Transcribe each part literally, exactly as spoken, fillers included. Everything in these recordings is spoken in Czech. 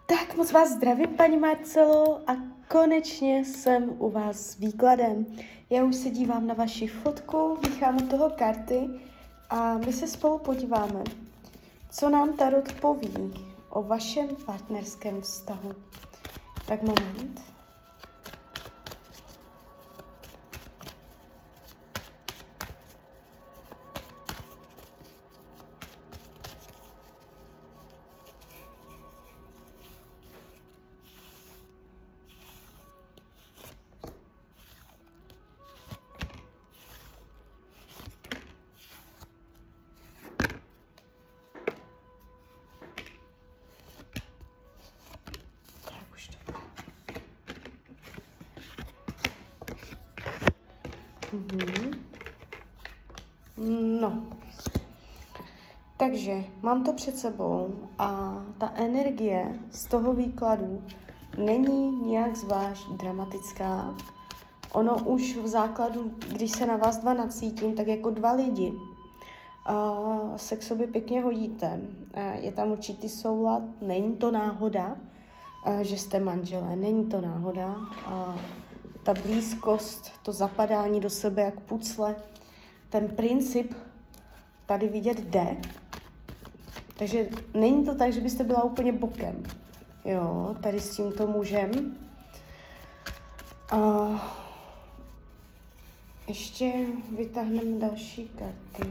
Tak moc vás zdravím, paní Marcelo, a konečně jsem u vás s výkladem. Já už se dívám na vaši fotku, míchám u toho karty a my se spolu podíváme, co nám tarot poví o vašem partnerském vztahu. Tak moment. Mhm. No, takže mám to před sebou a ta energie z toho výkladu není nějak zvlášť dramatická. Ono už v základu, když se na vás dva nacítím, tak jako dva lidi uh, se k sobě pěkně hodíte. Uh, je tam určitý soulad, není to náhoda, uh, že jste manželé, není to náhoda. Uh, ta blízkost, to zapadání do sebe jak pucle, ten princip tady vidět jde. Takže není to tak, že byste byla úplně bokem. Jo, tady s tímto mužem. Uh, ještě vytáhneme další karty.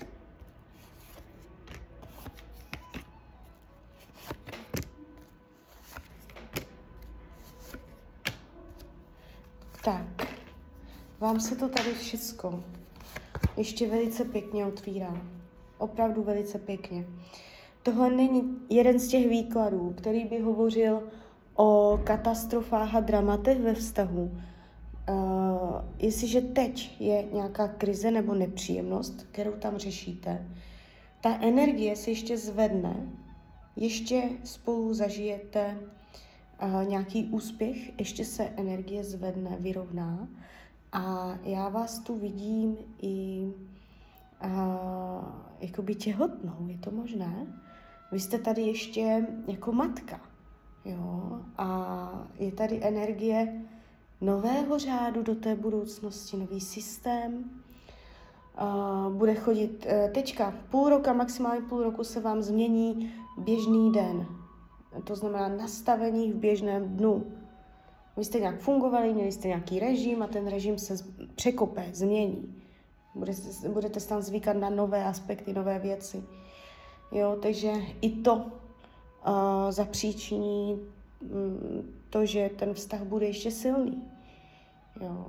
Tak, vám se to tady všecko ještě velice pěkně otvírá. Opravdu velice pěkně. Tohle není jeden z těch výkladů, který by hovořil o katastrofách a dramatech ve vztahu. Uh, jestliže teď je nějaká krize nebo nepříjemnost, kterou tam řešíte, ta energie se ještě zvedne, ještě spolu zažijete uh, nějaký úspěch, ještě se energie zvedne, vyrovná a já vás tu vidím i uh, jakoby těhotnou, je to možné? Vy jste tady ještě jako matka, jo, a je tady energie nového řádu do té budoucnosti, nový systém, uh, bude chodit, uh, teďka půl roka, maximálně půl roku se vám změní běžný den, to znamená nastavení v běžném dnu. Vy jste nějak fungovali, měli jste nějaký režim a ten režim se překope, změní. Budete, budete se tam zvykat na nové aspekty, nové věci. Jo, takže i to uh, zapříčiní um, to, že ten vztah bude ještě silný. Jo.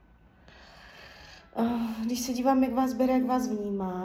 Uh, když se dívám, jak vás bere, jak vás vnímá,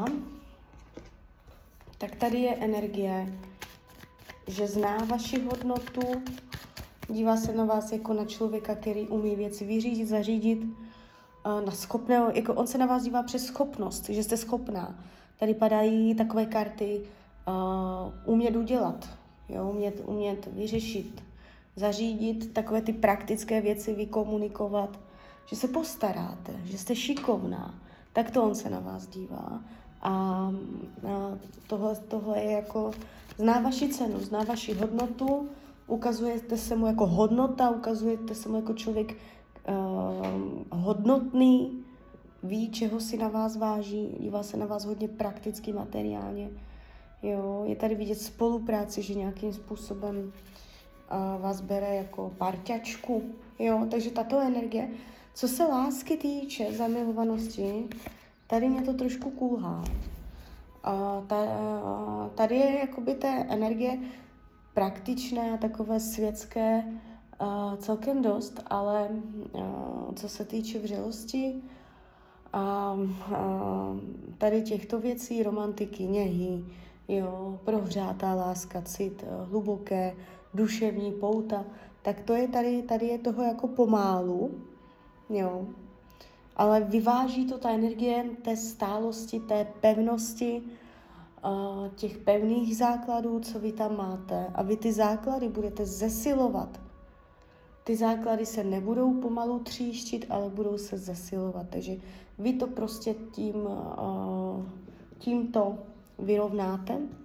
tak tady je energie, že zná vaši hodnotu, dívá se na vás jako na člověka, který umí věci vyřídit, zařídit, uh, na schopného, jako on se na vás dívá přes schopnost, že jste schopná. Tady padají takové karty uh, umět udělat, jo? Umět, umět vyřešit, zařídit takové ty praktické věci, vykomunikovat, že se postaráte, že jste šikovná. Tak to on se na vás dívá. A, a tohle, tohle je jako, zná vaši cenu, zná vaši hodnotu, ukazujete se mu jako hodnota, ukazujete se mu jako člověk uh, hodnotný, ví, čeho si na vás váží, dívá se na vás hodně prakticky, materiálně. Jo, je tady vidět spolupráci, že nějakým způsobem uh, vás bere jako parťačku. Jo, takže tato energie, co se lásky týče, zamilovanosti, tady mě to trošku kulhá. Uh, ta, uh, tady je jakoby té energie praktičné, takové světské, uh, celkem dost, ale uh, co se týče vřelosti, A, a tady těchto věcí, romantiky, něhy, jo, prohřátá láska, cit, hluboké, duševní pouta, tak to je tady, tady je toho jako pomálu, jo. Ale vyváží to ta energie té stálosti, té pevnosti, uh, těch pevných základů, co vy tam máte. A vy ty základy budete zesilovat. Ty základy se nebudou pomalu tříštit, ale budou se zesilovat. Takže vy to prostě tím, uh, tímto vyrovnáte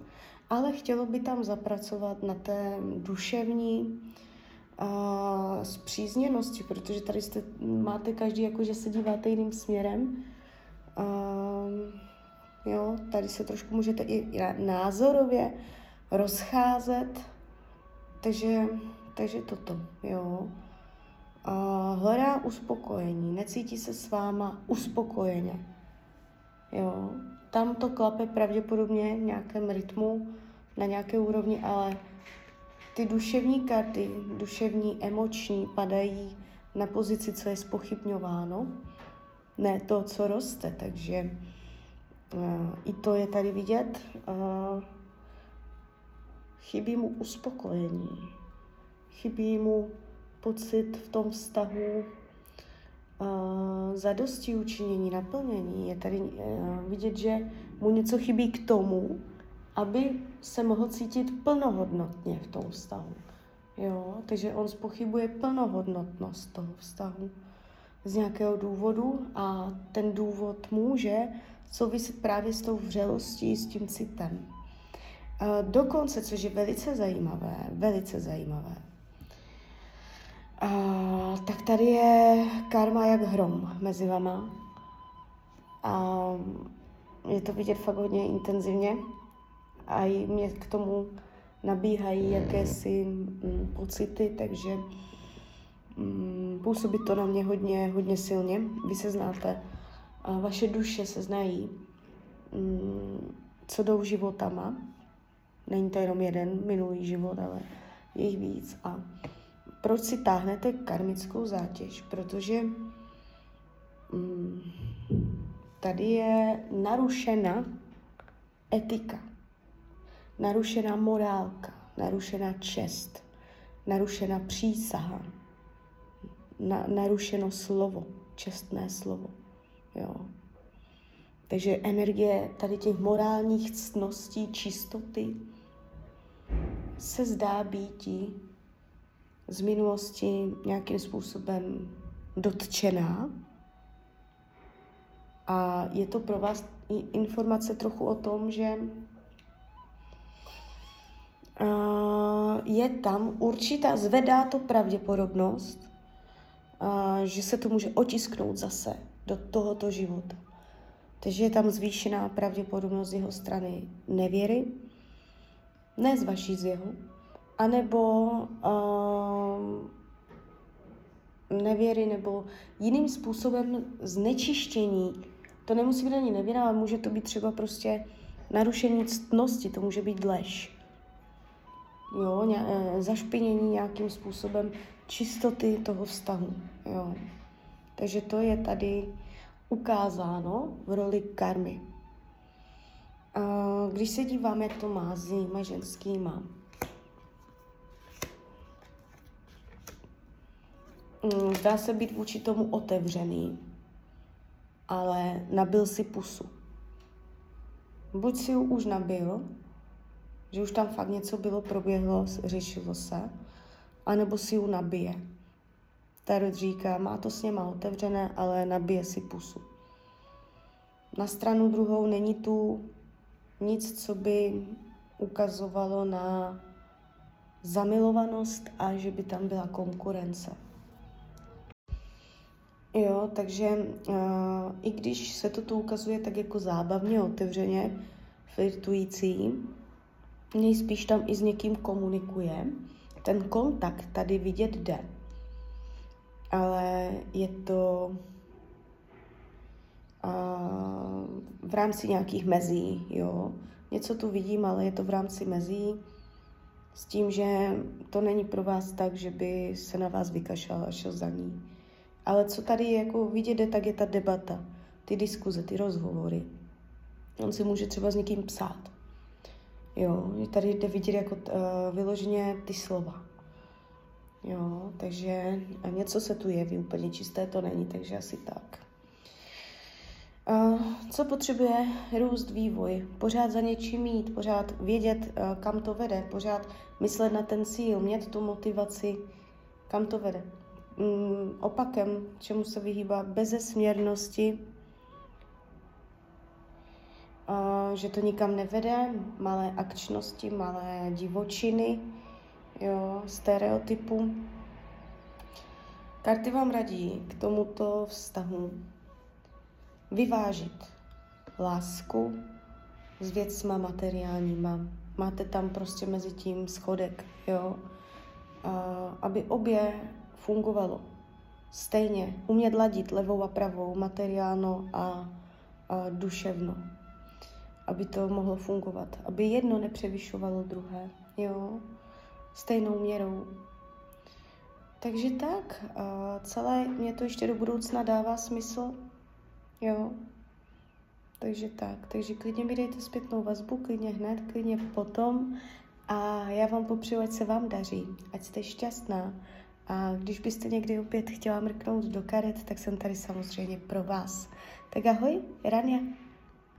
ale chtělo by tam zapracovat na té duševní uh, zpřízněnosti, protože tady jste, máte každý, jako že se díváte jiným směrem. Uh, jo, tady se trošku můžete i názorově rozcházet, takže, takže toto, jo. Uh, hledá uspokojení, necítí se s váma uspokojeně, jo. Tam to klape pravděpodobně v nějakém rytmu, na nějaké úrovni, ale ty duševní karty, duševní, emoční, padají na pozici, co je zpochybňováno, ne to, co roste, takže uh, i to je tady vidět. Uh, chybí mu uspokojení, chybí mu pocit v tom vztahu uh, zadosti učinění, naplnění. Je tady uh, vidět, že mu něco chybí k tomu, aby se mohl cítit plnohodnotně v tom vztahu. Jo? Takže on zpochybuje plnohodnotnost toho vztahu z nějakého důvodu a ten důvod může souviset právě s tou vřelostí, s tím citem. Uh, dokonce, což je velice zajímavé, velice zajímavé, Uh, tak tady je karma jak hrom mezi vama. A je to vidět fakt hodně intenzivně. A i mě k tomu nabíhají jakési mm, pocity, takže mm, působí to na mě hodně, hodně silně. Vy se znáte, a vaše duše se znají, mm, co jdou životama. Není to jenom jeden minulý život, ale je jich víc. A proč si táhnete karmickou zátěž? Protože mm, tady je narušena etika, narušená morálka, narušená čest, narušená přísaha, na, narušeno slovo, čestné slovo. Jo. Takže energie tady těch morálních ctností, čistoty se zdá býti z minulosti nějakým způsobem dotčená. A je to pro vás i informace trochu o tom, že uh, je tam určitá, zvedá to pravděpodobnost, uh, že se to může otisknout zase do tohoto života. Takže je tam zvýšená pravděpodobnost z jeho strany nevěry, ne z vaší, z jeho, anebo uh, nevěry, nebo jiným způsobem znečištění. To nemusí být ani nevěra, ale může to být třeba prostě narušení ctnosti, to může být lež. Jo, ně, zašpinění nějakým způsobem čistoty toho vztahu. Jo. Takže to je tady ukázáno v roli karmy. Uh, když se dívám, jak to má s jinýma ženskýma, um, zdá se být vůči tomu otevřený, ale nabil si pusu. Buď si ji už nabil, že už tam fakt něco bylo, proběhlo, řešilo se, anebo si ji nabije. Tarot říká, má to s něma otevřené, ale nabije si pusu. Na stranu druhou není tu nic, co by ukazovalo na zamilovanost a že by tam byla konkurence. Jo, takže uh, i když se to tu ukazuje tak jako zábavně, otevřeně, flirtující, nejspíš tam i s někým komunikuje, ten kontakt tady vidět jde. Ale je to uh, v rámci nějakých mezí, jo. Něco tu vidím, ale je to v rámci mezí s tím, že to není pro vás tak, že by se na vás vykašlal a šel za ní. Ale co tady jako vidět jde, tak je ta debata, ty diskuze, ty rozhovory. On si může třeba s někým psát. Jo, tady jde vidět jako uh, vyloženě ty slova. Jo, takže a něco se tu jeví, úplně čisté to není, takže asi tak. Uh, co potřebuje růst, vývoj? Pořád za něčím jít, pořád vědět, uh, kam to vede, pořád myslet na ten cíl, mít tu motivaci, kam to vede. Um, opakem, čemu se vyhýbá, bezesměrnosti, uh, že to nikam nevede, malé akčnosti, malé divočiny, jo, stereotypu. Karty vám radí k tomuto vztahu vyvážit lásku s věcma materiálníma. Máte tam prostě mezi tím schodek, jo, uh, aby obě fungovalo stejně, umět ladit levou a pravou, materiálno a, a duševno, aby to mohlo fungovat, aby jedno nepřevyšovalo druhé, jo, stejnou měrou. Takže tak, uh, celé mě to ještě do budoucna dává smysl, jo, takže tak, takže klidně mi dejte zpětnou vazbu, klidně hned, klidně potom a já vám popřeju, ať se vám daří, ať jste šťastná. A když byste někdy opět chtěla mrknout do karet, tak jsem tady samozřejmě pro vás. Tak ahoj, Rania.